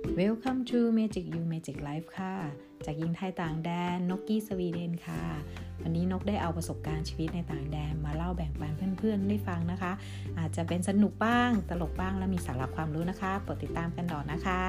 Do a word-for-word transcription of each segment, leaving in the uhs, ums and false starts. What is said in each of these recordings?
Welcome to Magic You Magic Life ค่ะจากหญิงไทยต่างแดนนกกี้สวีเดนค่ะวันนี้นกได้เอาประสบการณ์ชีวิตในต่างแดนมาเล่าแบ่งปันเพื่อนๆได้ฟังนะคะอาจจะเป็นสนุกบ้างตลกบ้างและมีสาระความรู้นะคะโปรดติดตามกันต่อนะคะ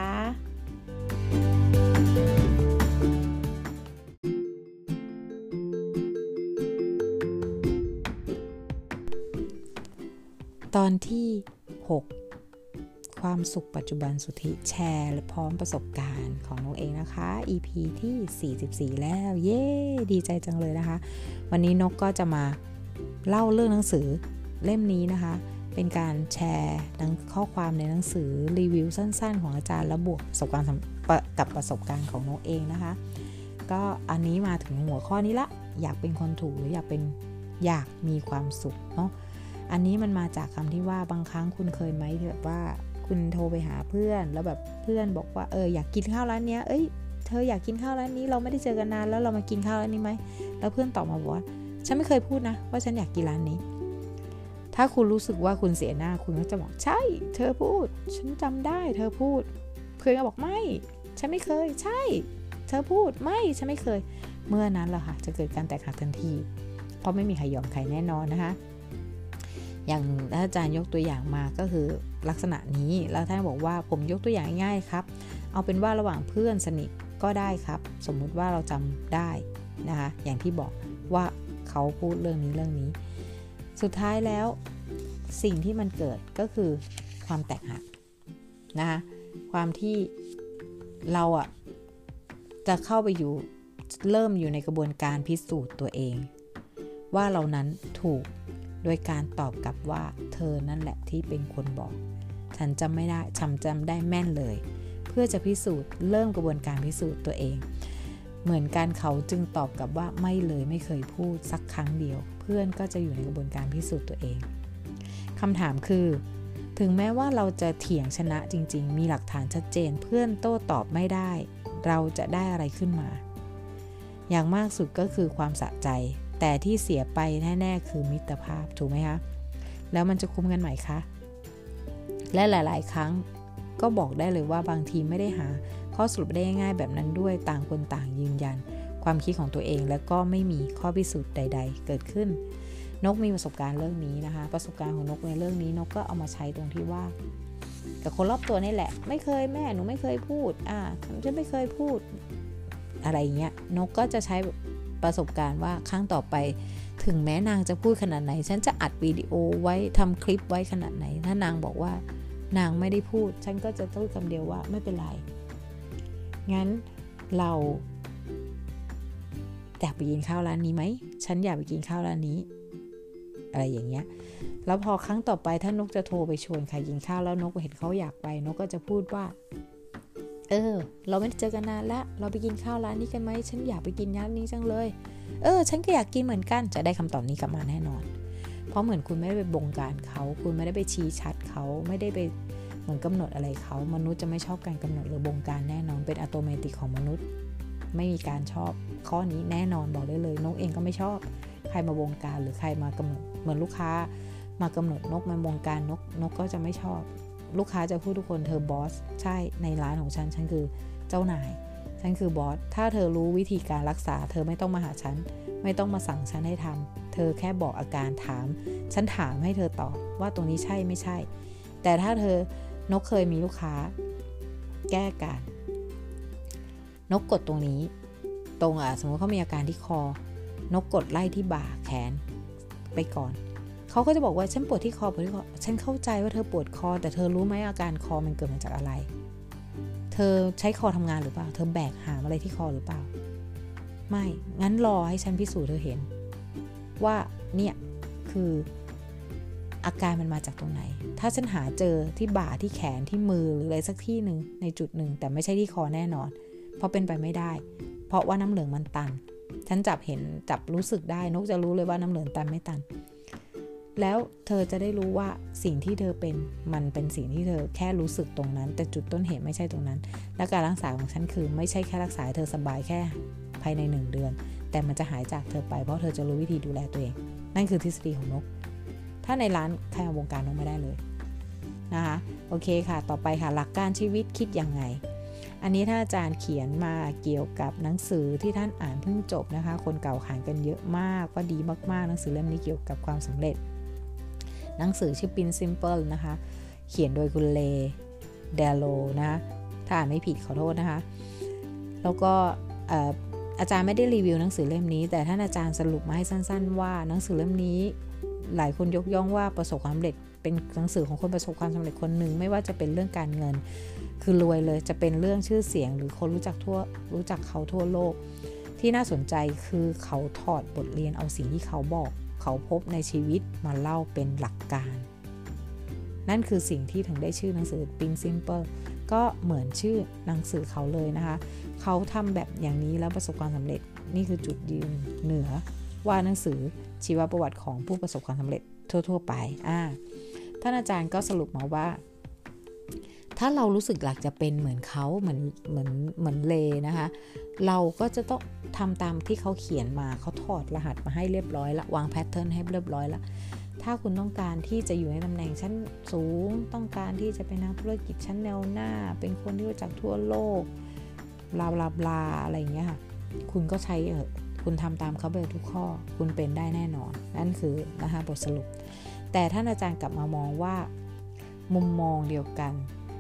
ตอนที่หกความสุขปัจจุบันสุทธิแชร์และพร้อมประสบการณ์ของนกเองนะคะ อี พี ที่สี่สิบสี่แล้วเย้ดีใจจังเลยนะคะวันนี้นกก็จะมาเล่าเรื่องหนังสือเล่มนี้นะคะเป็นการแชร์ข้อความในหนังสือรีวิวสั้นๆของอาจารย์และบวกประสบการณ์กับประสบการณ์ของนกเองนะคะก็อันนี้มาถึงหัวข้อนี้ละอยากเป็นคนถูกหรืออยากเป็นอยากมีความสุขเนาะอันนี้มันมาจากคำที่ว่าบางครั้งคุณเคยไหมที่แบบว่าคุณโทรไปหาเพื่อนแล้วแบบเพื่อนบอกว่าเอออยากกินข้าวร้านเนี้ยเอ้ยเธออยากกินข้าวร้านนี้เราไม่ได้เจอกันนานแล้วเรามากินข้าวร้านนี้ไหมแล้วเพื่อนตอบมาบอกว่าฉันไม่เคยพูดนะว่าฉันอยากกินร้านนี้ถ้าคุณรู้สึกว่าคุณเสียหน้าคุณก็จะบอกใช่เธอพูดฉันจำได้เธอพูดเพื่อนก็บอกไม่ฉันไม่เคยใช่เธอพูดไม่ฉันไม่เคยเมื่อนั้นแหละค่ะจะเกิดการแตกหักทันทีเพราะไม่มีใครยอมใครแน่นอนนะคะอย่างอาจารย์ยกตัวอย่างมาก็คือลักษณะนี้แล้วท่านบอกว่าผมยกตัวอย่างง่ายๆครับเอาเป็นว่าระหว่างเพื่อนสนิทก็ได้ครับสมมุติว่าเราจำได้นะคะอย่างที่บอกว่าเขาพูดเรื่องนี้เรื่องนี้สุดท้ายแล้วสิ่งที่มันเกิดก็คือความแตกหักนะคะความที่เราอ่ะจะเข้าไปอยู่เริ่มอยู่ในกระบวนการพิสูจน์ตัวเองว่าเรานั้นถูกโดยการตอบกลับว่าเธอนั่นแหละที่เป็นคนบอกฉันจำไม่ได้ฉันจำได้แม่นเลยเพื่อจะพิสูจน์เริ่มกระบวนการพิสูจน์ตัวเองเหมือนกันเขาจึงตอบกลับว่าไม่เลยไม่เคยพูดสักครั้งเดียวเพื่อนก็จะอยู่ในกระบวนการพิสูจน์ตัวเองคำถามคือถึงแม้ว่าเราจะเถียงชนะจริงๆมีหลักฐานชัดเจนเพื่อนโต้ตอบไม่ได้เราจะได้อะไรขึ้นมาอย่างมากสุดก็คือความสะใจแต่ที่เสียไปแน่ๆคือมิตรภาพถูกไหมคะแล้วมันจะคุ้มกันไหมคะและหลายๆครั้งก็บอกได้เลยว่าบางทีไม่ได้หาข้อสรุปได้ง่ายๆแบบนั้นด้วยต่างคนต่างยืนยันความคิดของตัวเองแล้วก็ไม่มีข้อพิสูจน์ใดๆเกิดขึ้นนกมีประสบการณ์เรื่องนี้นะคะประสบการณ์ของนกในเรื่องนี้นกก็เอามาใช้ตรงที่ว่ากับคนรอบตัวนี่แหละไม่เคยแม่หนูไม่เคยพูดอ่าฉันไม่เคยพูดอะไรเงี้ยนกก็จะใช้ประสบการณ์ว่าครั้งต่อไปถึงแม้นางจะพูดขนาดไหนฉันจะอัดวิดีโอไว้ทำคลิปไว้ขนาดไหนถ้านางบอกว่านางไม่ได้พูดฉันก็จะพูดคำเดียวว่าไม่เป็นไรงั้นเราอยากไปกินข้าวร้านนี้ไหมฉันอยากไปกินข้าวร้านนี้อะไรอย่างเงี้ยแล้วพอครั้งต่อไปถ้านกจะโทรไปชวนใครกินข้าวแล้วนกเห็นเขาอยากไปนกก็จะพูดว่าเออเราไม่ได้เจอกันนานแล้วเราไปกินข้าวร้านนี้กันไหมฉันอยากไปกินร้านนี้จังเลยเออฉันก็อยากกินเหมือนกันจะได้คำตอบนี้กลับมาแน่นอนเพราะเหมือนคุณไม่ได้ไปบงการเขาคุณไม่ได้ไปชี้ชัดเขาไม่ได้ไปเหมือนกำหนดอะไรเขามนุษย์จะไม่ชอบการกำหนดหรือบงการแน่นอนเป็นอัตโนมัติของมนุษย์ไม่มีการชอบข้อนี้แน่นอนบอกได้เลยนกเองก็ไม่ชอบใครมาบงการหรือใครมากำหนดเหมือนลูกค้ามากำหนดนกมาบงการนกนกก็จะไม่ชอบลูกค้าจะพูดทุกคนเธอบอสใช่ในร้านของฉันฉันคือเจ้านายฉันคือบอสถ้าเธอรู้วิธีการรักษาเธอไม่ต้องมาหาฉันไม่ต้องมาสั่งฉันให้ทำเธอแค่บอกอาการถามฉันถามให้เธอตอบว่าตรงนี้ใช่ไม่ใช่แต่ถ้าเธอนกเคยมีลูกค้าแก้การนกกดตรงนี้ตรงอ่ะสมมติเขามีอาการที่คอนกกดไล่ที่บ่าแขนไปก่อนเขาก็จะบอกว่าฉันปวดที่คอปวดที่คอฉันเข้าใจว่าเธอปวดคอแต่เธอรู้ไหมอาการคอมันเกิดมาจากอะไรเธอใช้คอทำงานหรือเปล่าเธอแบกหามอะไรที่คอหรือเปล่าไม่งั้นรอให้ฉันพิสูจน์เธอเห็นว่าเนี่ยคืออาการมันมาจากตรงไหนถ้าฉันหาเจอที่บ่าที่แขนที่มือหรืออะไรสักที่หนึ่งในจุดหนึ่งแต่ไม่ใช่ที่คอแน่นอนเพราะเป็นไปไม่ได้เพราะว่าน้ำเหลืองมันตันฉันจับเห็นจับรู้สึกได้นกจะรู้เลยว่าน้ำเหลืองตันไม่ตันแล้วเธอจะได้รู้ว่าสิ่งที่เธอเป็นมันเป็นสิ่งที่เธอแค่รู้สึกตรงนั้นแต่จุดต้นเหตุไม่ใช่ตรงนั้นและการรักษาของฉันคือไม่ใช่แค่รักษาเธอสบายแค่ภายในหนึ่งเดือนแต่มันจะหายจากเธอไปเพราะเธอจะรู้วิธีดูแลตัวเองนั่นคือทฤษฎีของนกถ้าในร้านใครมาวงการนกไม่ได้เลยนะคะโอเคค่ะต่อไปค่ะหลักการชีวิตคิดยังไงอันนี้ท่านอาจารย์เขียนมาเกี่ยวกับหนังสือที่ท่านอ่านเพิ่งจบนะคะคนเก่าขานกันเยอะมากว่าดีมากๆหนังสือเล่มนี้เกี่ยวกับความสำเร็จหนังสือชื่อ Pin Simple นะคะเขียนโดยคุณเลเดโลนะคะถ้าอ่านไม่ผิดขอโทษนะคะแล้วก็อาจารย์ไม่ได้รีวิวหนังสือเล่มนี้แต่ท่านอาจารย์สรุปมาให้สั้นๆว่าหนังสือเล่มนี้หลายคนยกย่องว่าประสบความสำเร็จเป็นหนังสือของคนประสบความสำเร็จคนหนึ่งไม่ว่าจะเป็นเรื่องการเงินคือรวยเลยจะเป็นเรื่องชื่อเสียงหรือคนรู้จักทั่วรู้จักเขาทั่วโลกที่น่าสนใจคือเขาถอดบทเรียนเอาสิ่งที่เขาบอกเขาพบในชีวิตมาเล่าเป็นหลักการนั่นคือสิ่งที่ถึงได้ชื่อหนังสือ Pin Simple ก็เหมือนชื่อหนังสือเขาเลยนะคะเขาทำแบบอย่างนี้แล้วประสบความสำเร็จนี่คือจุดยืนเหนือว่าหนังสือชีวประวัติของผู้ประสบความสำเร็จทั่วๆไปอ่าท่านอาจารย์ก็สรุปมาว่าถ้าเรารู้สึกอยากจะเป็นเหมือนเขาเหมือนเหมือนเหมือนเลนะคะเราก็จะต้องทำตามที่เขาเขียนมาเขาถอดรหัสมาให้เรียบร้อยละวางแพทเทิร์นให้เรียบร้อยละถ้าคุณต้องการที่จะอยู่ในตำแหน่งชั้นสูงต้องการที่จะเป็นนักธุรกิจชั้นแนวหน้าเป็นคนที่รู้จักทั่วโลกบลาบลาบลาอะไรอย่างเงี้ยค่ะคุณก็ใช้เออคุณทำตามเขาไปทุกข้อคุณเป็นได้แน่นอนนั่นคือนะคะบทสรุปแต่ท่านอาจารย์กลับมามองว่ามุมมองเดียวกัน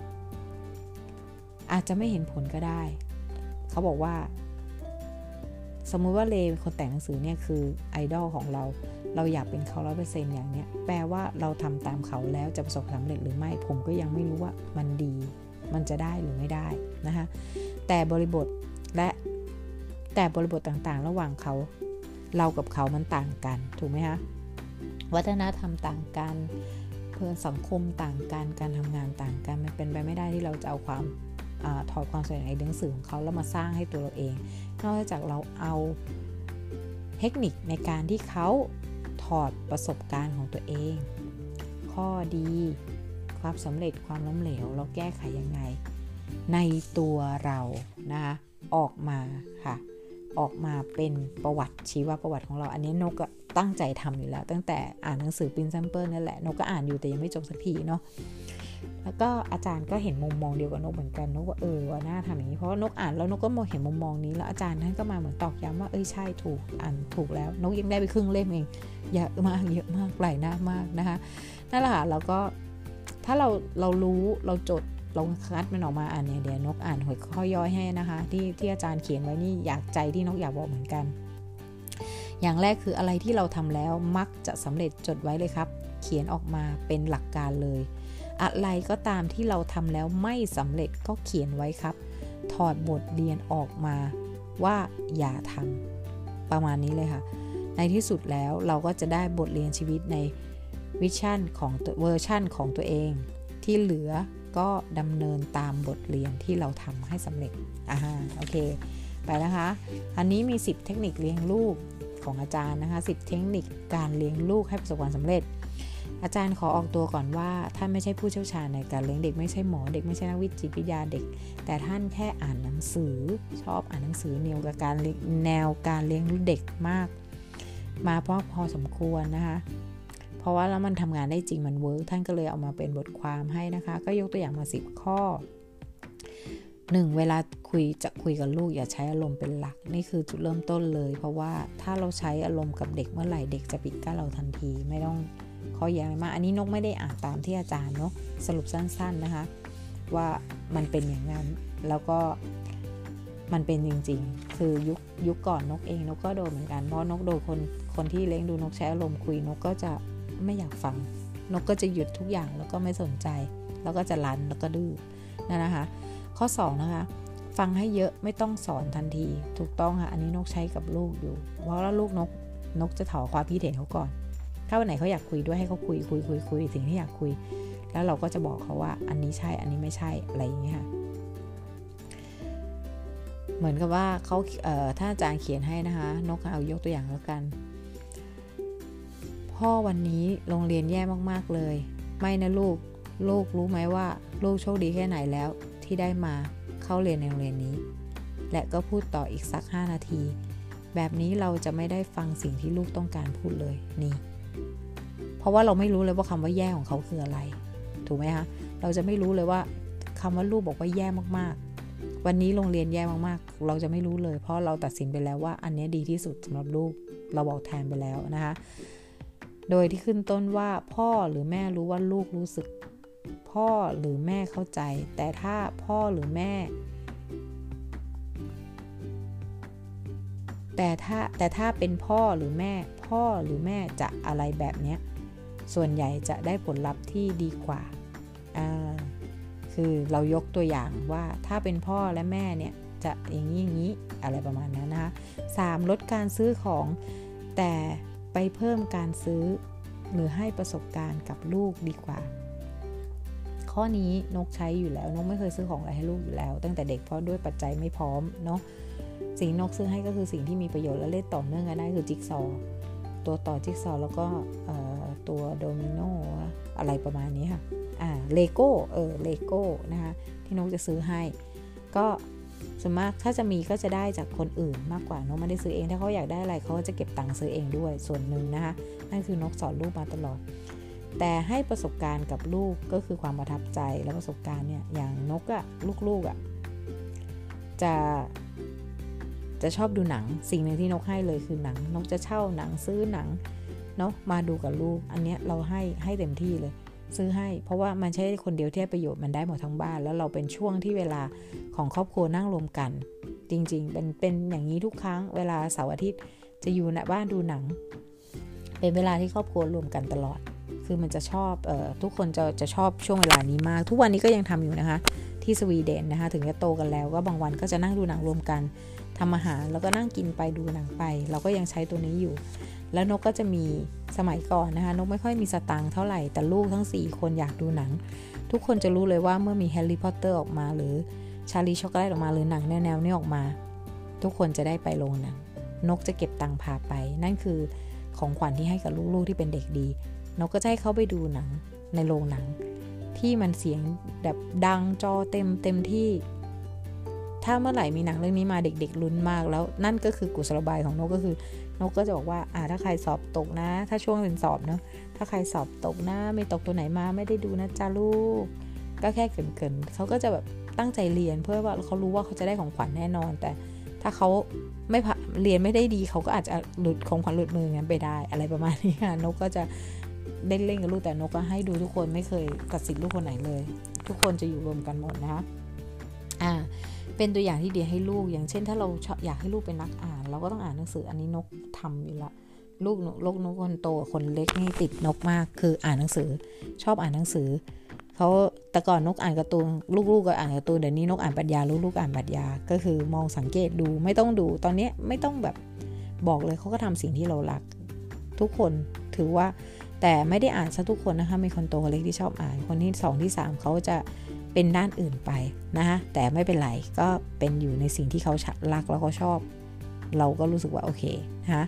อาจจะไม่เห็นผลก็ได้เขาบอกว่าสมมุติว่าเลเป็นคนแต่งหนังสือเนี่ยคือไอดอลของเราเราอยากเป็นเขา ร้อยเปอร์เซ็นต์ อย่างเนี้ยแปลว่าเราทำตามเขาแล้วจะประสบความสำเร็จหรือไม่ผมก็ยังไม่รู้ว่ามันดีมันจะได้หรือไม่ได้นะคะแต่บริบทและแต่บริบทต่างๆระหว่างเขาเรากับเขามันต่างกันถูกไหมคะวัฒนธรรมต่างกันเพื่อนสังคมต่างกันการทำงานต่างกันมันเป็นไปไม่ได้ที่เราจะเอาความถอดความสำเร็จในหนังสือของเขาแล้วมาสร้างให้ตัวเราเองนอกจากเราเอาเทคนิคในการที่เขาถอดประสบการณ์ของตัวเองข้อดีความสำเร็จความล้มเหลวเราแก้ไขยังไงในตัวเรานะคะออกมาค่ะออกมาเป็นประวัติชีวประวัติของเราอันนี้นกก็ตั้งใจทำอยู่แล้วตั้งแต่อ่านหนังสือ Pin Simple นั่นแหละนกก็อ่านอยู่แต่ยังไม่จบสักทีเนาะแล้วก็อาจารย์ก็เห็นมุมมองเดียวกับนกเหมือนกันนกว่าเออว่าน่าทำอย่างนี้เพราะว่านกอ่านแล้วนกก็มองเห็นมุมมองนี้แล้วอาจารย์ท่านก็มาเหมือนตอกย้ำว่าเอ้ยใช่ถูกอ่านถูกแล้วนกยังได้ไปครึ่งเล่มเองเยอะมากเยอะมากหลายหน้ามากนะคะนั่นแหละค่ะแล้วก็ถ้าเราเรารู้เราจดลงคัดมันออกมาอ่านเนี่ยเดี๋ยวนกอ่านหัวข้อย่อยให้นะคะที่ที่อาจารย์เขียนไว้นี่อยากใจที่นกอยากบอกเหมือนกันอย่างแรกคืออะไรที่เราทำแล้วมักจะสำเร็จจดไว้เลยครับเขียนออกมาเป็นหลักการเลยอะไรก็ตามที่เราทำแล้วไม่สำเร็จก็เขียนไว้ครับถอดบทเรียนออกมาว่าอย่าทำประมาณนี้เลยค่ะในที่สุดแล้วเราก็จะได้บทเรียนชีวิตในวิชั่นของเวอร์ชั่นของตัวเองที่เหลือก็ดำเนินตามบทเรียนที่เราทำให้สำเร็จอ่าโอเคไปนะคะอันนี้มีสิบเทคนิคเลี้ยงลูกของอาจารย์นะคะสิบเทคนิคการเลี้ยงลูกให้ประสบความสำเร็จอาจารย์ขอออกตัวก่อนว่าท่านไม่ใช่ผู้เชี่ยวชาญในการเลี้ยงเด็กไม่ใช่หมอเด็กไม่ใช่นักวิจิตรวิทยาเด็กแต่ท่านแค่อ่านหนังสือชอบอ่านหนังสือแนวกับการแนวการเลี้ยงเด็กมากมาพอพอสมควรนะคะเพราะว่าแล้วมันทำงานได้จริงมันเวิร์กท่านก็เลยเอามาเป็นบทความให้นะคะก็ยกตัวอย่างมาสิบข้อหนึ่งเวลาคุยจะคุยกับลูกอย่าใช้อารมณ์เป็นหลักนี่คือจุดเริ่มต้นเลยเพราะว่าถ้าเราใช้อารมณ์กับเด็กเมื่อไหร่เด็กจะปิดกั้นเราทันทีไม่ต้องข้อแย้งมากอันนี้นกไม่ได้อ่านตามที่อาจารย์เนาะสรุปสั้นๆนะคะว่ามันเป็นอย่างนั้นแล้วก็มันเป็นจริงๆคือยุคยุคก่อนนกเองนกก็โดนเหมือนกันเพราะนกโดนคนคนที่เลี้ยงดูนกใช้อารมณ์คุยนกก็จะไม่อยากฟังนกก็จะหยุดทุกอย่างแล้วก็ไม่สนใจแล้วก็จะรั้นแล้วก็ดื้อนั่นนะคะข้อสองนะคะฟังให้เยอะไม่ต้องสอนทันทีถูกต้องค่ะอันนี้นกใช้กับลูกอยู่เพราะว่าลูกนกนกจะถอความคิดเห็นเขาก่อนถ้าวันไหนเขาอยากคุยด้วยให้เขาคุยคุยคุยคุยสิ่งที่อยากคุยแล้วเราก็จะบอกเขาว่าอันนี้ใช่อันนี้ไม่ใช่อะไรอย่างเงี้ยค่ะเหมือนกับว่าเขาเอ่อถ้าอาจารย์เขียนให้นะคะนกเอายกตัวอย่างแล้วกันพ่อวันนี้โรงเรียนแย่มากๆเลยไม่นะลูกลูกรู้ไหมว่าลูกโชคดีแค่ไหนแล้วที่ได้มาเข้าเรียนในโรงเรียนนี้และก็พูดต่ออีกสักห้านาทีแบบนี้เราจะไม่ได้ฟังสิ่งที่ลูกต้องการพูดเลยนี่เพราะว่าเราไม่รู้เลยว่าคำว่าแย่ของเขาคืออะไรถูกไหมคะเราจะไม่รู้เลยว่าคำว่าลูกบอกว่าแย่มากๆวันนี้โรงเรียนแย่มากๆเราจะไม่รู้เลยเพราะเราตัดสินไปแล้วว่าอันนี้ดีที่สุดสำหรับลูกเราบอกแทนไปแล้วนะคะโดยที่ขึ้นต้นว่าพ่อหรือแม่รู้ว่าลูกรู้สึกพ่อหรือแม่เข้าใจแต่ถ้าพ่อหรือแม่แต่ถ้าแต่ถ้าเป็นพ่อหรือแม่พ่อหรือแม่จะอะไรแบบเนี้ยส่วนใหญ่จะได้ผลลัพธ์ที่ดีกว่าอ่าคือเรายกตัวอย่างว่าถ้าเป็นพ่อและแม่เนี่ยจะอย่างนี้อย่างนี้อะไรประมาณนั้นนะคะสามลดการซื้อของแต่ไปเพิ่มการซื้อหรือให้ประสบการณ์กับลูกดีกว่าข้อนี้นกใช้อยู่แล้วนกไม่เคยซื้อของอะไรให้ลูกอยู่แล้วตั้งแต่เด็กเพราะด้วยปัจจัยไม่พร้อมเนาะสิ่งนกซื้อให้ก็คือสิ่งที่มีประโยชน์และเล่นต่อเนื่องกันได้คือจิ๊กซอว์ตัวต่อจิ๊กซอว์แล้วก็ตัวโดมิโนอะไรประมาณนี้ค่ะอ่าเลโก้เออเลโก้นะคะที่นกจะซื้อให้ก็ส่วนมากถ้าจะมีก็จะได้จากคนอื่นมากกว่านกไม่ได้ซื้อเองถ้าเขาอยากได้อะไรเขาก็จะเก็บตังค์ซื้อเองด้วยส่วนหนึ่งนะคะนั่นคือนกสอนลูกมาตลอดแต่ให้ประสบการณ์กับลูกก็คือความประทับใจและประสบการณ์เนี่ยอย่างนกอะลูกๆอะจะจะชอบดูหนังสิ่งหนึ่งที่นกให้เลยคือหนังนกจะเช่าหนังซื้อหนังเนาะมาดูกับลูกอันเนี้ยเราให้ให้เต็มที่เลยซื้อให้เพราะว่ามันใช่คนเดียวที่ได้ประโยชน์มันได้หมดทั้งบ้านแล้วเราเป็นช่วงที่เวลาของครอบครัวนั่งรวมกันจริงๆเป็นเป็นอย่างนี้ทุกครั้งเวลาเสาร์อาทิตย์จะอยู่ในบ้านดูหนังเป็นเวลาที่ครอบครัวรวมกันตลอดคือมันจะชอบเอ่อทุกคนจะจะชอบช่วงเวลานี้มากทุกวันนี้ก็ยังทำอยู่นะคะที่สวีเดนนะคะถึงจะโตกันแล้วก็บางวันก็จะนั่งดูหนังรวมกันทำอาหารแล้วก็นั่งกินไปดูหนังไปเราก็ยังใช้ตัวนี้อยู่แล้วนกก็จะมีสมัยก่อนนะคะนกไม่ค่อยมีสตังค์เท่าไหร่แต่ลูกทั้งสี่คนอยากดูหนังทุกคนจะรู้เลยว่าเมื่อมีแฮร์รี่พอตเตอร์ออกมาหรือชาลีช็อกโกแลตออกมาหรือหนังแนวๆนี้ออกมาทุกคนจะได้ไปโรงหนังนกจะเก็บตังค์พาไปนั่นคือของขวัญที่ให้กับลูกๆที่เป็นเด็กดีนกก็จะให้เขาไปดูหนังในโรงหนังที่มันเสียงแบบดังจอเต็มเต็มที่ถ้าเมื่อไหร่มีหนังเรื่องนี้มาเด็กๆลุ้นมากแล้วนั่นก็คือกุศโลบายของนกก็คือนกก็จะบอกว่าอ่าถ้าใครสอบตกนะถ้าช่วงเรียนสอบเนาะถ้าใครสอบตกนะไม่ตกตัวไหนมาไม่ได้ดูนะจ้าลูกก็แค่เกินๆเขาก็จะแบบตั้งใจเรียนเพื่อว่าเขารู้ว่าเขาจะได้ของขวัญแน่นอนแต่ถ้าเขาไม่เรียนไม่ได้ดีเขาก็อาจจะหลุดของขวัญหลุดมืองั้นไปได้อะไรประมาณนี้ค่ะนกก็จะเล่นเล่นกับลูกแต่นกก็ให้ดูทุกคนไม่เคยตัดสินลูกคนไหนเลยทุกคนจะอยู่รวมกันหมดนะคะอ่าเป็นตัวอย่างที่ดีให้ลูกอย่างเช่นถ้าเราอยากให้ลูกเป็นนักอ่านเราก็ต้องอ่านหนังสืออันนี้นกทำอยู่ละลูกลูกนกคนโตคนเล็กนี่ติดนกมากคืออ่านหนังสือชอบอ่านหนังสือเขาแต่ก่อนนกอ่านการ์ตูนลูกๆก็อ่านการ์ตูนเดี๋ยวนี้นกอ่านปรัชญาลูกๆอ่านปรัชญาก็คือมองสังเกตดูไม่ต้องดูตอนนี้ไม่ต้องแบบบอกเลยเขาก็ทำสิ่งที่เรารักทุกคนถือว่าแต่ไม่ได้อ่านซะทุกคนนะคะมีคนโตคนเล็กที่ชอบอ่านคนที่สองที่สามเขาจะเป็นด้านอื่นไปนะคะแต่ไม่เป็นไรก็เป็นอยู่ในสิ่งที่เขารักแล้วก็ชอบเราก็รู้สึกว่าโอเคนะคะ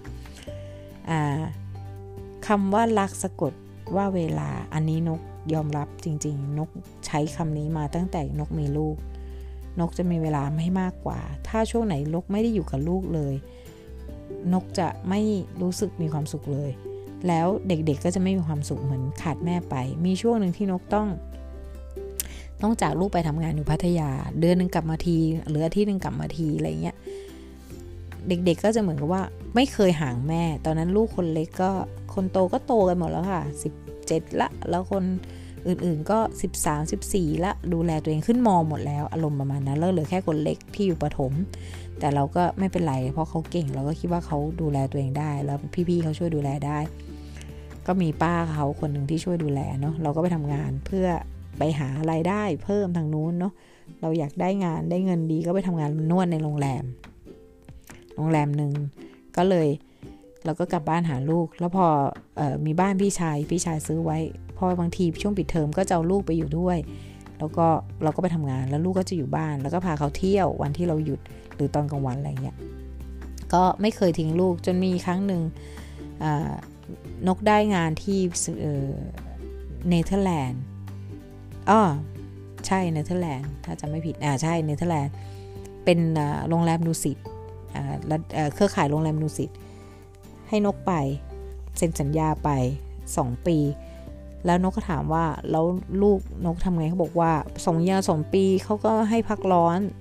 คำว่ารักสะกดว่าเวลาอันนี้นกยอมรับจริงๆนกใช้คำนี้มาตั้งแต่นกมีลูกนกจะมีเวลาไม่มากกว่าถ้าช่วงไหนนกไม่ได้อยู่กับลูกเลยนกจะไม่รู้สึกมีความสุขเลยแล้วเด็กๆ ก็จะไม่มีความสุขเหมือนขาดแม่ไปมีช่วงหนึ่งที่นกต้องต้องจากลูกไปทำงานอยู่พัทยาเดือนนึงกลับมาทีหรืออาทิตย์นึงกลับมาทีอะไรเงี้ยเด็กๆก็จะเหมือนกับว่าไม่เคยห่างแม่ตอนนั้นลูกคนเล็กก็คนโตก็โตกันหมดแล้วค่ะสิบเจ็ดละแล้วคนอื่นๆก็สิบสาม สิบสี่ละดูแลตัวเองขึ้นม.หมดแล้วอารมณ์ประมาณนั้นแล้วเหลือแค่คนเล็กที่อยู่ประถมแต่เราก็ไม่เป็นไรเพราะเขาเก่งเราก็คิดว่าเขาดูแลตัวเองได้แล้วพี่ๆเขาช่วยดูแลได้ก็มีป้าเขาคนหนึ่งที่ช่วยดูแลเนาะเราก็ไปทำงานเพื่อไปหารายได้เพิ่มทางนู้นเนาะเราอยากได้งานได้เงินดีก็ไปทำงานนวดในโรงแรมโรงแรมหนึ่งก็เลยเราก็กลับบ้านหาลูกแล้วพอเอ่อมีบ้านพี่ชายพี่ชายซื้อไว้พอบางทีช่วงปิดเทอมก็จะเอาลูกไปอยู่ด้วยแล้วก็เราก็ไปทำงานแล้วลูกก็จะอยู่บ้านแล้วก็พาเขาเที่ยววันที่เราหยุดหรือตอนกลางวันอะไรเงี้ยก็ไม่เคยทิ้งลูกจนมีครั้งหนึ่งนกได้งานที่เนเธอร์แลนด์อ๋อใช่เนเธอร์แลนด์ถ้าจำไม่ผิดอ่าใช่เนเธอร์แลนด์เป็นโรงแรมดูสิตอ่าเครือข่ายโรงแรมดูสิตให้นกไปเซ็นสัญญาไปสองปีแล้วนกก็ถามว่าแล้วลูกนกทำไงเขาบอกว่าสองยาสองปีเขาก็ให้พักร้อน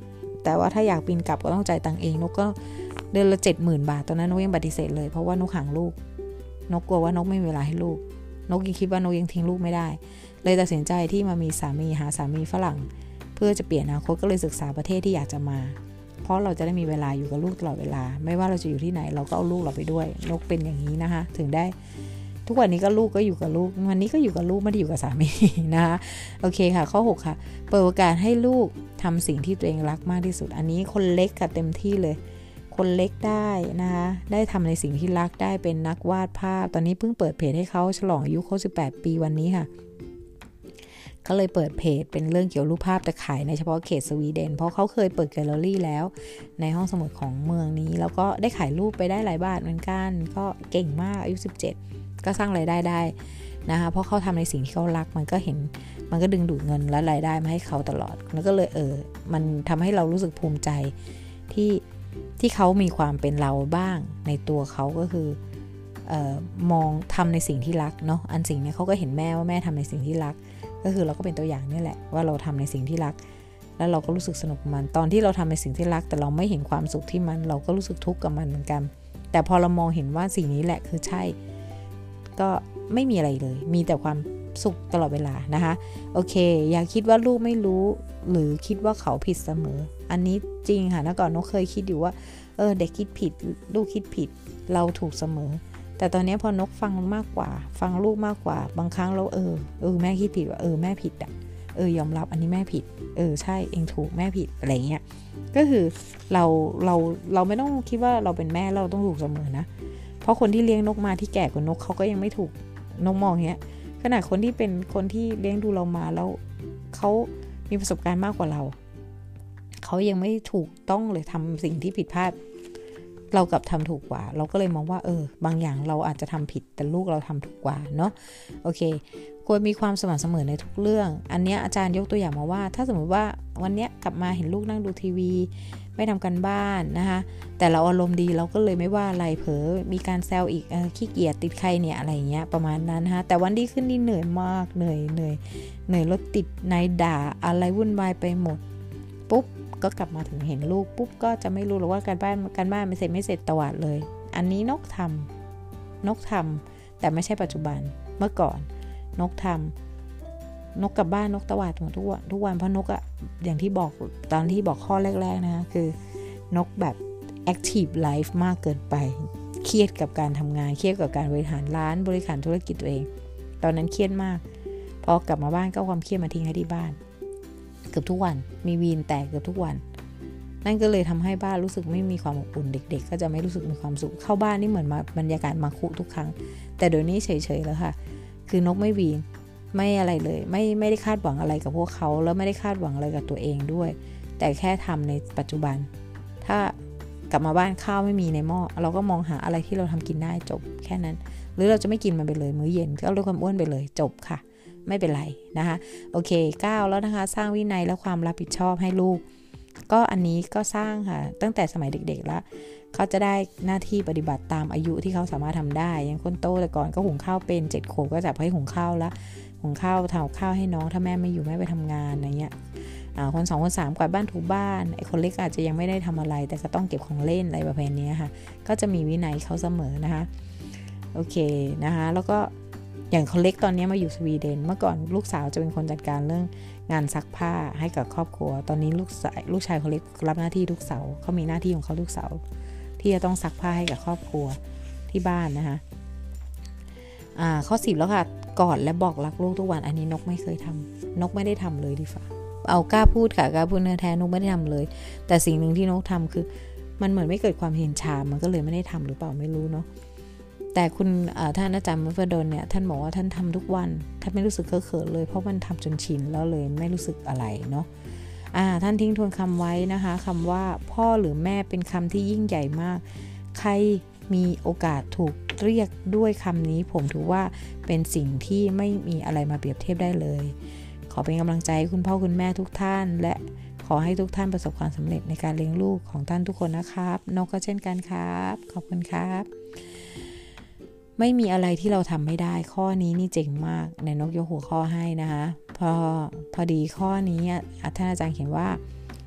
แต่ว่าถ้าอยากบินกลับก็ต้องจ่ายตังค์เองนกก็เดือนละเจ็ดหมื่นบาทตอนนั้นนกยังปฏิเสธเลยเพราะว่านกห่างลูกนกกลัวว่านกไม่มีเวลาให้ลูกนกยังคิดว่านกยังทิ้งลูกไม่ได้เลยตัดสินใจที่มามีสามีหาสามีฝรั่งเพื่อจะเปลี่ยนอนาคตก็เลยศึกษาประเทศที่อยากจะมาเพราะเราจะได้มีเวลาอยู่กับลูกตลอดเวลาไม่ว่าเราจะอยู่ที่ไหนเราก็เอาลูกเราไปด้วยนกเป็นอย่างนี้นะคะถึงได้ทุกวันนี้ก็ลูกก็อยู่กับลูกวันนี้ก็อยู่กับลูกไม่ได้อยู่กับสามีนะคะโอเคค่ะข้อหกค่ะเปิดโอกาสให้ลูกทำสิ่งที่ตัวเองรักมากที่สุดอันนี้คนเล็กค่ะเต็มที่เลยคนเล็กได้นะคะได้ทำในสิ่งที่รักได้เป็นนักวาดภาพตอนนี้เพิ่งเปิดเพจให้เขาฉลองอายุครบสิบแปดปีวันนี้ค่ะก็เลยเปิดเพจเป็นเรื่องเกี่ยวรูปภาพแต่ขายในเฉพาะเขตสวีเดนเพราะเขาเคยเปิดแกลเลอรี่แล้วในห้องสมุดของเมืองนี้แล้วก็ได้ขายรูปไปได้หลายบาทเหมือนกันก็เก่งมากอายุสิบเจ็ดก็สร้างรายได้ได้นะคะเพราะเขาทำในสิ่งที่เขารักมันก็เห็นมันก็ดึงดูดเงินและรายได้มาให้เขาตลอดแล้วก็เลยเออมันทำให้เรารู้สึกภูมิใจที่ที่เขามีความเป็นเราบ้างในตัวเขาก็คือเอ่อมองทำในสิ่งที่รักเนาะอันสิ่งนี้เขาก็เห็นแม่ว่าแม่ทำในสิ่งที่รักก็คือเราก็เป็นตัวอย่างนี่แหละว่าเราทำในสิ่งที่รักแล้วเราก็รู้สึกสนุกกับมันตอนที่เราทำในสิ่งที่รักแต่เราไม่เห็นความสุขที่มันเราก็รู้สึกทุกข์กับมันเหมือนกันแต่พอเรามองเห็นว่าสิ่งนี้แหละคือใช่ก็ไม่มีอะไรเลยมีแต่ความสุขตลอดเวลานะคะโอเคอย่าคิดว่าลูกไม่รู้หรือคิดว่าเขาผิดเสมออันนี้จริงค่ะเมื่อก่อนนกเคยคิดอยู่ว่าเออเด็กคิดผิดลูกคิดผิดเราถูกเสมอแต่ตอนนี้พอนกฟังมากกว่าฟังลูกมากกว่าบางครั้งเราเออเออแม่คิดผิดว่าเออแม่ผิดอ่ะเออยอมรับอันนี้แม่ผิดเออใช่เองถูกแม่ผิดอะไรเงี้ยก็คือเราเราเราไม่ต้องคิดว่าเราเป็นแม่เราต้องถูกเสมอนะเพราะคนที่เลี้ยงนกมาที่แก่กว่านกเขาก็ยังไม่ถูกนกมองเงี้ยขนาดคนที่เป็นคนที่เลี้ยงดูเรามาแล้วเขามีประสบการณ์มากกว่าเราเขายังไม่ถูกต้องเลยทำสิ่งที่ผิดพลาดเรากลับทำถูกกว่าเราก็เลยมองว่าเออบางอย่างเราอาจจะทำผิดแต่ลูกเราทำถูกกว่าเนาะโอเคควรมีความสม่ำเสมอในทุกเรื่องอันเนี้ยอาจารย์ยกตัวอย่างมาว่าถ้าสมมติว่าวันเนี้ยกลับมาเห็นลูกนั่งดูทีวีไม่ทำกันบ้านนะคะแต่เราอารมณ์ดีเราก็เลยไม่ว่าอะไรเผลอมีการแซวอีกเออขี้เกียจติดใครเนี่ยอะไรเงี้ยประมาณนั้นนะคะแต่วันดีขึ้นนี่เหนื่อยมากเหนื่อยเหนื่อยเหนื่อยรถติดนายด่าอะไรวุ่นวายไปหมดปุ๊บก็กลับมาถึงเห็นลูกปุ๊บก็จะไม่รู้หรอกว่าการบ้านการบ้านไม่เสร็จไม่เสร็จตวาดเลยอันนี้นกทำนกทำแต่ไม่ใช่ปัจจุบันเมื่อก่อนนกทำนกกลับบ้านนกตวาดหมดทุกวันทุกวันเพราะนกอะอย่างที่บอกตอนที่บอกข้อแรกๆนะคะคือนกแบบ active life มากเกินไปเครียดกับการทำงานเครียดกับการบริหารร้านบริหารธุรกิจตัวเองตอนนั้นเครียดมากพอกลับมาบ้านก็ความเครียดมาทิ้งให้ที่บ้านเกือบทุกวันมีวีนแตกเกือบทุกวันนั่นก็เลยทำให้บ้านรู้สึกไม่มีความอบอุ่นเด็กๆก็จะไม่รู้สึกมีความสุขเข้าบ้านนี่เหมือนมาบรรยากาศมาคุทุกครั้งแต่เดี๋ยวนี้เฉยๆแล้วค่ะคือนกไม่วีนไม่อะไรเลยไม่ไม่ได้คาดหวังอะไรกับพวกเขาแล้วไม่ได้คาดหวังอะไรกับตัวเองด้วยแต่แค่ทำในปัจจุบันถ้ากลับมาบ้านข้าวไม่มีในหม้อเราก็มองหาอะไรที่เราทำกินได้จบแค่นั้นหรือเราจะไม่กินมันไปเลยมื้อเย็นก็ลดความอ้วนไปเลยจบค่ะไม่เป็นไรนะคะโอเคเก้าแล้วนะคะสร้างวินัยและความรับผิดชอบให้ลูกก็อันนี้ก็สร้างค่ะตั้งแต่สมัยเด็กๆแล้วเขาจะได้หน้าที่ปฏิบัติตามอายุที่เขาสามารถทำได้อย่างคนโตแต่ก่อนก็หุงข้าวเป็นเจ็ดขวบก็จับให้หุงข้าวละหุงข้าวทำข้าวให้น้องถ้าแม่ไม่อยู่แม่ไปทำงานอะไรเงี้ยอ่าคนสองคนสามกวาดบ้านถูบ้านไอ้คนเล็กอาจจะยังไม่ได้ทำอะไรแต่ก็ต้องเก็บของเล่นอะไรประเภทนี้ค่ะก็จะมีวินัยเขาเสมอนะคะโอเคนะคะแล้วก็อย่างคนเล็กตอนนี้มาอยู่สวีเดนเมื่อก่อนลูกสาวจะเป็นคนจัดการเรื่องงานซักผ้าให้กับครอบครัวตอนนี้ลูกชายลูกชายคนเล็กรับหน้าที่ทุกเสาร์เขามีหน้าที่ของเขาทุกเสาร์ที่จะต้องซักผ้าให้กับครอบครัวที่บ้านนะคะอ่าข้อสิบแล้วค่ะกอดและบอกรักลูกทุกวันอันนี้นกไม่เคยทำนกไม่ได้ทำเลยดีฝ่าเอากล้าพูดค่ะกล้าพูดเนื้อแท้นกไม่ได้ทำเลยแต่สิ่งหนึ่งที่นกทำคือมันเหมือนไม่เกิดความเห็นชามันก็เลยไม่ได้ทำหรือเปล่าไม่รู้เนาะแต่คุณท่านอาจารย์มัฟเฟอร์ดนเนี่ยท่านบอกว่าท่านทำทุกวันท่านไม่รู้สึกเขินเลยเพราะมันทำจนชินแล้วเลยไม่รู้สึกอะไรเนาะอ่าท่านทิ้งทวนคำไว้นะคะคำว่าพ่อหรือแม่เป็นคำที่ยิ่งใหญ่มากใครมีโอกาสถูกเรียกด้วยคำนี้ผมถือว่าเป็นสิ่งที่ไม่มีอะไรมาเปรียบเทียบได้เลยขอเป็นกำลังใจให้คุณพ่อคุณแม่ทุกท่านและขอให้ทุกท่านประสบความสำเร็จในการเลี้ยงลูกของท่านทุกคนนะครับนกก็เช่นกันครับขอบคุณครับไม่มีอะไรที่เราทำไม่ได้ข้อนี้นี่เจ๋งมากในนกยกหัวข้อให้นะคะพอพอดีข้อนี้ท่านอาจารย์เขียนว่า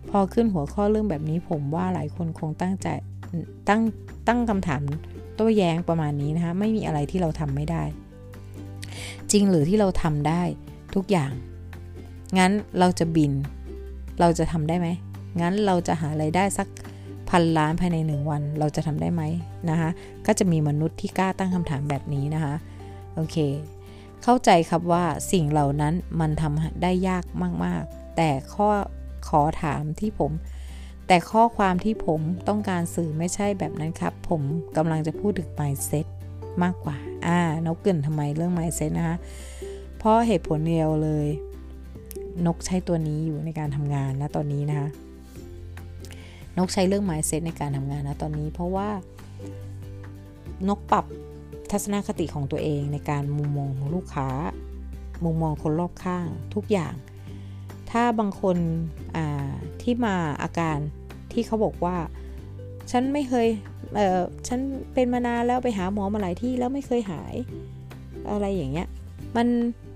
พอขึ้นหัวข้อเรื่องแบบนี้ผมว่าหลายคนคงตั้งใจตั้งตั้งคำถามโต้แย้งประมาณนี้นะคะไม่มีอะไรที่เราทำไม่ได้จริงหรือที่เราทำได้ทุกอย่างงั้นเราจะบินเราจะทำได้ไหมงั้นเราจะหารายได้สักพันล้านภายในหนึ่งวันเราจะทำได้ไหมนะคะก็จะมีมนุษย์ที่กล้าตั้งคำถามแบบนี้นะคะโอเคเข้าใจครับว่าสิ่งเหล่านั้นมันทำได้ยากมากๆแต่ข้อขอถามที่ผมแต่ข้อความที่ผมต้องการสื่อไม่ใช่แบบนั้นครับผมกำลังจะพูดถึง mindset มากกว่าอ่านกเกริ่นทำไมเรื่อง mindset นะคะเพราะเหตุผลเดียวเลยนกใช้ตัวนี้อยู่ในการทำงานนะตอนนี้นะคะนกใช้เรื่อง mindset ในการทำงานนะตอนนี้เพราะว่านกปรับทัศนคติของตัวเองในการมุมมองของลูกค้ามุมมองคนรอบข้างทุกอย่างถ้าบางคนที่มาอาการที่เขาบอกว่าฉันไม่เคยเอ่อฉันเป็นมานานแล้วไปหาหมอมาหลายที่แล้วไม่เคยหายอะไรอย่างเงี้ยมัน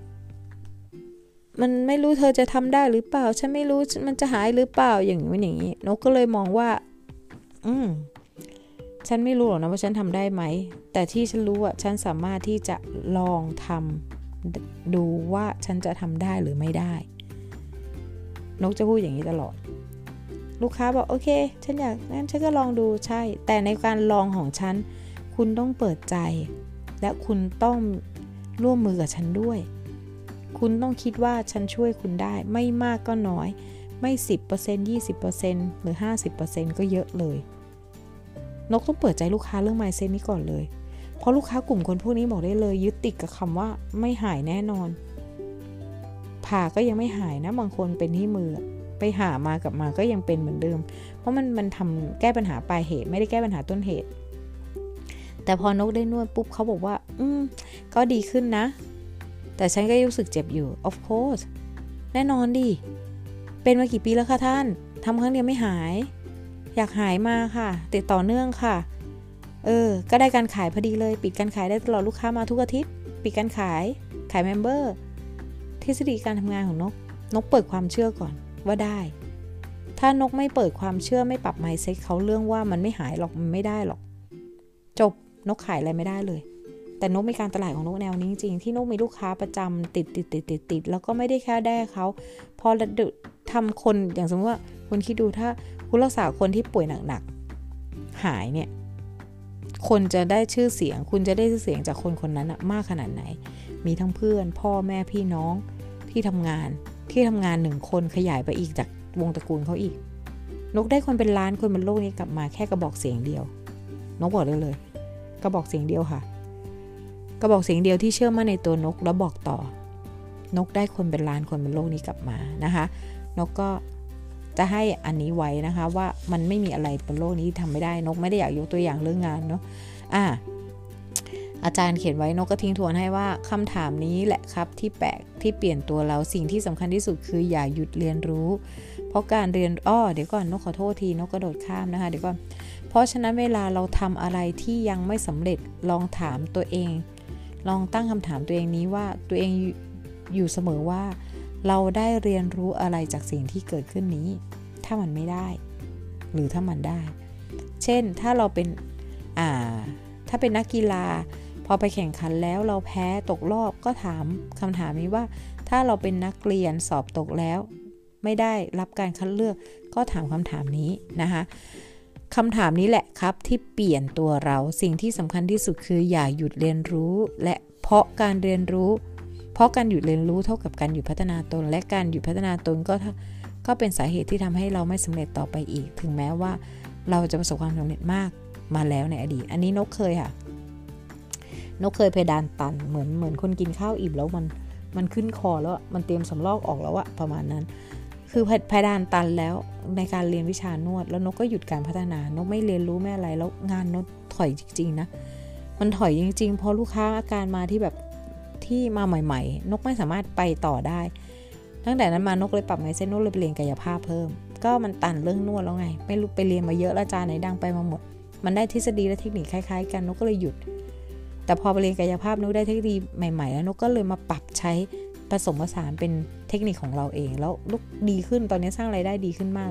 มันไม่รู้เธอจะทำได้หรือเปล่าฉันไม่รู้มันจะหายหรือเปล่าอย่างนี้อย่างนี้นกก็เลยมองว่าอืมฉันไม่รู้หรอกนะว่าฉันทำได้ไหมแต่ที่ฉันรู้อ่ะฉันสามารถที่จะลองทำดูว่าฉันจะทำได้หรือไม่ได้นกจะพูดอย่างนี้ตลอดลูกค้าบอกโอเคฉันอยากงั้นฉันก็ลองดูใช่แต่ในการลองของฉันคุณต้องเปิดใจและคุณต้องร่วมมือกับฉันด้วยคุณต้องคิดว่าฉันช่วยคุณได้ไม่มากก็น้อยไม่ สิบเปอร์เซ็นต์ ยี่สิบเปอร์เซ็นต์ หรือ ห้าสิบเปอร์เซ็นต์ ก็เยอะเลยนกต้องเปิดใจลูกค้าเรื่อง mindset นี้ก่อนเลยเพราะลูกค้ากลุ่มคนพวกนี้บอกได้เลยยึดติดกับคำว่าไม่หายแน่นอนผ่าก็ยังไม่หายนะบางคนเป็นที่มือไปหามากลับมาก็ยังเป็นเหมือนเดิมเพราะมันมันทำแก้ปัญหาปลายเหตุไม่ได้แก้ปัญหาต้นเหตุแต่พอนกได้นวดปุ๊บเขาบอกว่าอืมก็ดีขึ้นนะแต่ฉันก็รู้สึกเจ็บอยู่ of course แน่นอนดิเป็นมากี่ปีแล้วคะท่านทำครั้งเดียวไม่หายอยากหายมาค่ะติดต่อเนื่องค่ะเออก็ได้การขายพอดีเลยปิดการขายได้ตลอดลูกค้ามาทุกอาทิตย์ปิดการขายขายเมมเบอร์ทฤษฎีการทำงานของนกนกเปิดความเชื่อก่อนว่าได้ถ้านกไม่เปิดความเชื่อไม่ปรับ mindset เขาเรื่องว่ามันไม่หายหรอกมันไม่ได้หรอกจบนกขายอะไรไม่ได้เลยแต่นกมีการตลาดของนกแนวนี้จริงๆที่นกมีลูกค้าประจำติดติดติดติดติดแล้วก็ไม่ได้แค่ได้เขาพอทำคนอย่างสมมติว่าคุณคิดดูถ้าคุณรักษาคนที่ป่วยหนักๆหายเนี่ยคนจะได้ชื่อเสียงคุณจะได้ชื่อเสียงจากคนคนนั้นอะมากขนาดไหนมีทั้งเพื่อนพ่อแม่พี่น้องที่ทำงานที่ทำงานหนึ่งคนขยายไปอีกจากวงตระกูลเขาอีกนกได้คนเป็นล้านคนบนโลกนี้กลับมาแค่กระบอกเสียงเดียวนกบอกได้เลยกระบอกเสียงเดียวค่ะกระบอกเสียงเดียวที่เชื่อมั่นในตัวนกแล้วบอกต่อนกได้คนเป็นล้านคนบนโลกนี้กลับมานะคะนกก็จะให้อันนี้ไว้นะคะว่ามันไม่มีอะไรบนโลกนี้ทำไม่ได้นกไม่ได้อยากยกตัวอย่างเรื่องงานเนาะอ่าอาจารย์เขียนไว้นกก็ทิ้งทวนให้ว่าคำถามนี้แหละครับที่แปลกที่เปลี่ยนตัวเราสิ่งที่สำคัญที่สุดคืออย่าหยุดเรียนรู้เพราะการเรียนอ้อเดี๋ยวก่อนนกขอโทษทีนกกระโดดข้ามนะคะเดี๋ยวก่อนเพราะฉะนั้นเวลาเราทำอะไรที่ยังไม่สำเร็จลองถามตัวเองลองตั้งคำถามตัวเองนี้ว่าตัวเองอยู่เสมอว่าเราได้เรียนรู้อะไรจากสิ่งที่เกิดขึ้นนี้ถ้ามันไม่ได้หรือถ้ามันได้เช่นถ้าเราเป็นอ่าถ้าเป็นนักกีฬาพอไปแข่งขันแล้วเราแพ้ตกรอบก็ถามคำถามนี้ว่าถ้าเราเป็นนักเรียนสอบตกแล้วไม่ได้รับการคัดเลือกก็ถามคำถามนี้นะคะคำถามนี้แหละครับที่เปลี่ยนตัวเราสิ่งที่สำคัญที่สุดคืออย่าหยุดเรียนรู้และเพราะการเรียนรู้เพราะการหยุดเรียนรู้เท่ากับการหยุดพัฒนาตนและการหยุดพัฒนาตนก็ก็เป็นสาเหตุที่ทำให้เราไม่สำเร็จต่อไปอีกถึงแม้ว่าเราจะประสบความสำเร็จมากมาแล้วในอดีตอันนี้นกเคยค่ะนกเคยเพดานตันเหมือนเหมือนคนกินข้าวอิ่มแล้วมันมันขึ้นคอแล้วมันเตรียมสำลอกออกแล้วอะประมาณนั้นคือเพดานตันแล้วในการเรียนวิชานวดแล้วนกก็หยุดการพัฒนานกไม่เรียนรู้ไม่อะไรแล้วงานนกถอยจริงๆนะมันถอยจริงๆพอลูกค้าอาการมาที่แบบที่มาใหม่ๆนกไม่สามารถไปต่อได้ตั้งแต่นั้นมานกเลยปรับไมเซ็ตนกเลยไปเรียนกายภาพเพิ่มก็มันตันเรื่องนวดแล้วไงไม่รู้ไปเรียนมาเยอะแล้วอาจารย์ไหนดังไปมาหมดมันได้ทฤษฎีและเทคนิคคล้ายๆกันนกก็เลยหยุดแต่พอไปเรียนกายภาพนกได้เทคนิคใหม่ๆแล้วนกก็เลยมาปรับใช้ผสมผสานเป็นเทคนิคของเราเองแล้วลูกดีขึ้นตอนนี้สร้างรายได้ดีขึ้นมากเลย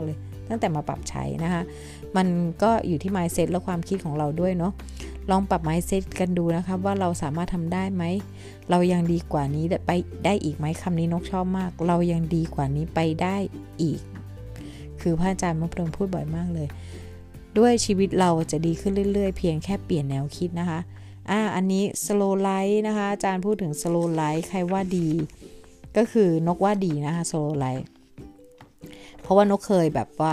ตั้งแต่มาปรับใช้นะคะมันก็อยู่ที่ mindset และความคิดของเราด้วยเนาะลองปรับ mindset กันดูนะคะว่าเราสามารถทำได้ไหมเรายังดีกว่านี้ไปได้อีกไหมคำนี้นกชอบมากเรายังดีกว่านี้ไปได้อีกคือพระอาจารย์มะพร้าวพูดบ่อยมากเลยด้วยชีวิตเราจะดีขึ้นเรื่อยๆเพียงแค่เปลี่ยนแนวคิดนะคะอ่าอันนี้ slow life นะคะอาจารย์พูดถึง slow life ใครว่าดีก็คือนกว่าดีนะคะ slow life เพราะว่านกเคยแบบว่า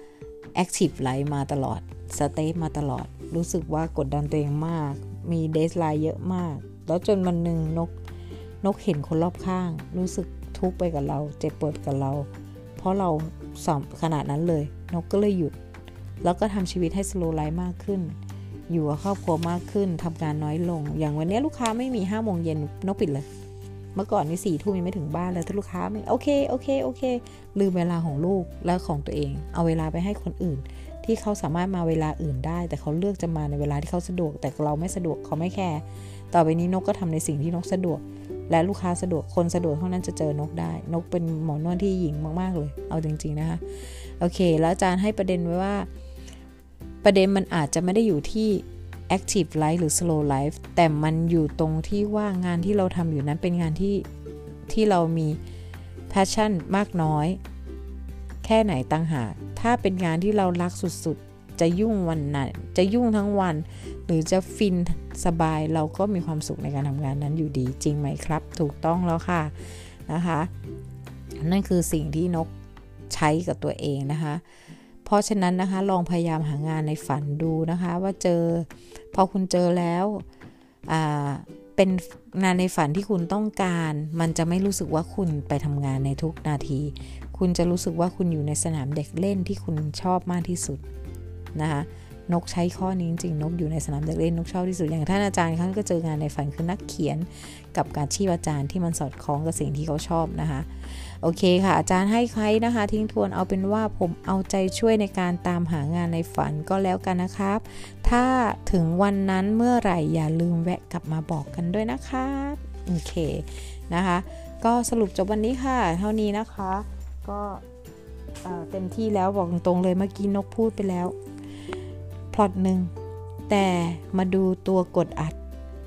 active life มาตลอด stay มาตลอดรู้สึกว่ากดดันตัวเองมากมีเดดไลน์เยอะมากแล้วจนวันหนึ่งนกนกเห็นคนรอบข้างรู้สึกทุกข์ไปกับเราเจ็บปวดกับเราเพราะเราสอบขนาดนั้นเลยนกก็เลยหยุดแล้วก็ทำชีวิตให้ slow life มากขึ้นอยู่กับครอบครัวมากขึ้นทำงานน้อยลงอย่างวันนี้ลูกค้าไม่มีห้าโมงเย็นนกปิดเลยเมื่อก่อนนี่สี่ทุ่มยังไม่ถึงบ้านเลยถ้าลูกค้าไม่โอเคโอเคโอเคลืมเวลาของลูกและของตัวเองเอาเวลาไปให้คนอื่นที่เขาสามารถมาเวลาอื่นได้แต่เขาเลือกจะมาในเวลาที่เขาสะดวกแต่เราไม่สะดวกเขาไม่แคร์ต่อไปนี้นกก็ทำในสิ่งที่นกสะดวกและลูกค้าสะดวกคนสะดวกเท่านั้นจะเจอนกได้นกเป็นหมอนวดที่หญิงมากๆเลยเอาจริงๆนะคะโอเคแล้วอาจารย์ให้ประเด็นไว้ว่าประเด็นมันอาจจะไม่ได้อยู่ที่ active life หรือ slow life แต่มันอยู่ตรงที่ว่างานที่เราทำอยู่นั้นเป็นงานที่ที่เรามี passion มากน้อยแค่ไหนต่างหากถ้าเป็นงานที่เรารักสุดๆจะยุ่งวันนั้นจะยุ่งทั้งวันหรือจะฟินสบายเราก็มีความสุขในการทำงานนั้นอยู่ดีจริงไหมครับถูกต้องแล้วค่ะนะคะนั่นคือสิ่งที่นกใช้กับตัวเองนะคะเพราะฉะนั้นนะคะลองพยายามหางานในฝันดูนะคะว่าเจอพอคุณเจอแล้วอ่าเป็นงานในฝันที่คุณต้องการมันจะไม่รู้สึกว่าคุณไปทำงานในทุกนาทีคุณจะรู้สึกว่าคุณอยู่ในสนามเด็กเล่นที่คุณชอบมากที่สุดนะคะนกใช้ข้อนี้จริงๆนกอยู่ในสนามเด็กเล่นนกชอบที่สุดอย่างท่านอาจารย์เขาก็เจองานในฝันคือนักเขียนกับการชีพอาจารย์ที่มันสอดคล้องกับสิ่งที่เขาชอบนะคะโอเคค่ะอาจารย์ให้ใครนะคะทิ้งทวนเอาเป็นว่าผมเอาใจช่วยในการตามหางานในฝันก็แล้วกันนะครับถ้าถึงวันนั้นเมื่อไหร่อย่าลืมแวะกลับมาบอกกันด้วยนะครับโอเคนะคะก็สรุปจบวันนี้ค่ะเท่านี้นะคะก็เต็มที่แล้วบอกตรงๆเลยเมื่อกี้นกพูดไปแล้วพล็อตหนึ่งแต่มาดูตัวกดอัด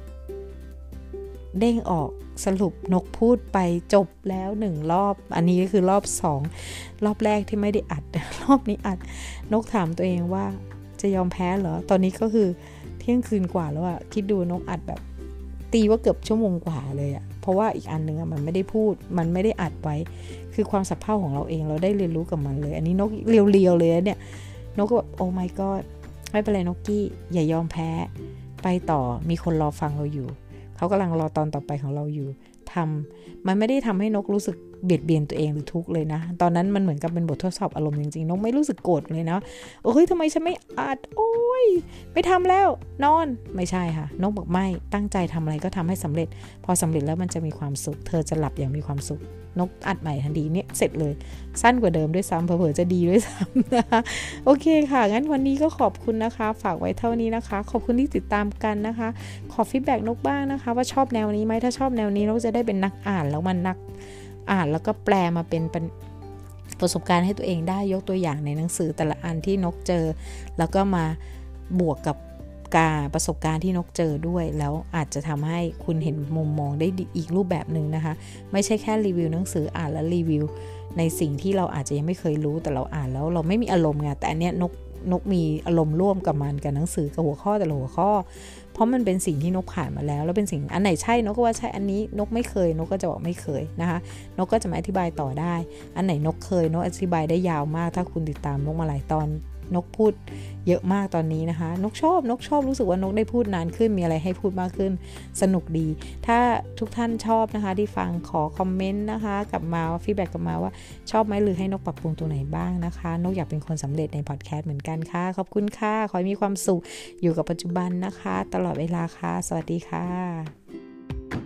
เด้งออกสรุปนกพูดไปจบแล้วหนึ่งรอบอันนี้ก็คือรอบสองรอบแรกที่ไม่ได้อัดรอบนี้อัดนกถามตัวเองว่าจะยอมแพ้เหรอตอนนี้ก็คือเที่ยงคืนกว่าแล้วอะคิดดูนกอัดแบบตีว่าเกือบชั่วโมงกว่าเลยอะเพราะว่าอีกอันนึงอะมันไม่ได้พูดมันไม่ได้อัดไว้คือความสับเพร่าของเราเองเราได้เรียนรู้กับมันเลยอันนี้นกเรียวๆเลยเนี่ยนกก็แบบโอ้ my god ไม่เป็นไรนกกี้อย่ายอมแพ้ไปต่อมีคนรอฟังเราอยู่เขากำลังรอตอนต่อไปของเราอยู่ทำมันไม่ได้ทำให้นกรู้สึกเบียดเบียนตัวเองหรือทุกข์เลยนะตอนนั้นมันเหมือนกับเป็นบททดสอบอารมณ์จริงๆนกไม่รู้สึกโกรธเลยนะโอ้ยทำไมฉันไม่อัดโอ้ยไม่ทำแล้วนอนไม่ใช่ค่ะนกบอกไม่ตั้งใจทำอะไรก็ทำให้สำเร็จพอสำเร็จแล้วมันจะมีความสุขเธอจะหลับอย่างมีความสุขนกอัดใหม่ทันทีเนี่ยเสร็จเลยสั้นกว่าเดิมด้วยซ้ำเผลอๆจะดีด้วยซ้ำนะคะโอเคค่ะงั้นวันนี้ก็ขอบคุณนะคะฝากไว้เท่านี้นะคะขอบคุณที่ติดตามกันนะคะขอฟีดแบ็กนกบ้างนะคะว่าชอบแนวนี้ไหมถ้าชอบแนวนี้นกจะได้เป็นนักอ่านแล้วมันนักอ่านแล้วก็แปลมาเป็นประสบการณ์ให้ตัวเองได้ยกตัวอย่างในหนังสือแต่ละอันที่นกเจอแล้วก็มาบวกกับการประสบการณ์ที่นกเจอด้วยแล้วอาจจะทำให้คุณเห็นมุมมองได้อีกรูปแบบนึงนะคะไม่ใช่แค่รีวิวหนังสืออ่านแล้วรีวิวในสิ่งที่เราอาจจะยังไม่เคยรู้แต่เราอ่านแล้วเราไม่มีอารมณ์ไงแต่อันเนี้ยนกนกมีอารมณ์ร่วมกับมันกับหนังสือกับหัวข้อแต่ละหัวข้อเพราะมันเป็นสิ่งที่นกผ่านมาแล้วแล้วเป็นสิ่งอันไหนใช่นกก็ว่าใช่อันนี้นกไม่เคยนกก็จะบอกไม่เคยนะคะนกก็จะมาอธิบายต่อได้อันไหนนกเคยนกอธิบายได้ยาวมากถ้าคุณติดตามนกมาหลายตอนนกพูดเยอะมากตอนนี้นะคะนกชอบนกชอบรู้สึกว่านกได้พูดนานขึ้นมีอะไรให้พูดมากขึ้นสนุกดีถ้าทุกท่านชอบนะคะที่ฟังขอคอมเมนต์นะคะกลับมาฟีดแบ็กกลับมาว่าชอบไหมหรือให้นกปรับปรุงตัวไหนบ้างนะคะนกอยากเป็นคนสำเร็จในพอดแคสต์เหมือนกันค่ะขอบคุณค่ะขอให้มีความสุขอยู่กับปัจจุบันนะคะตลอดเวลาค่ะสวัสดีค่ะ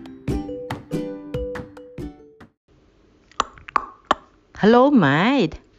Hello, mate.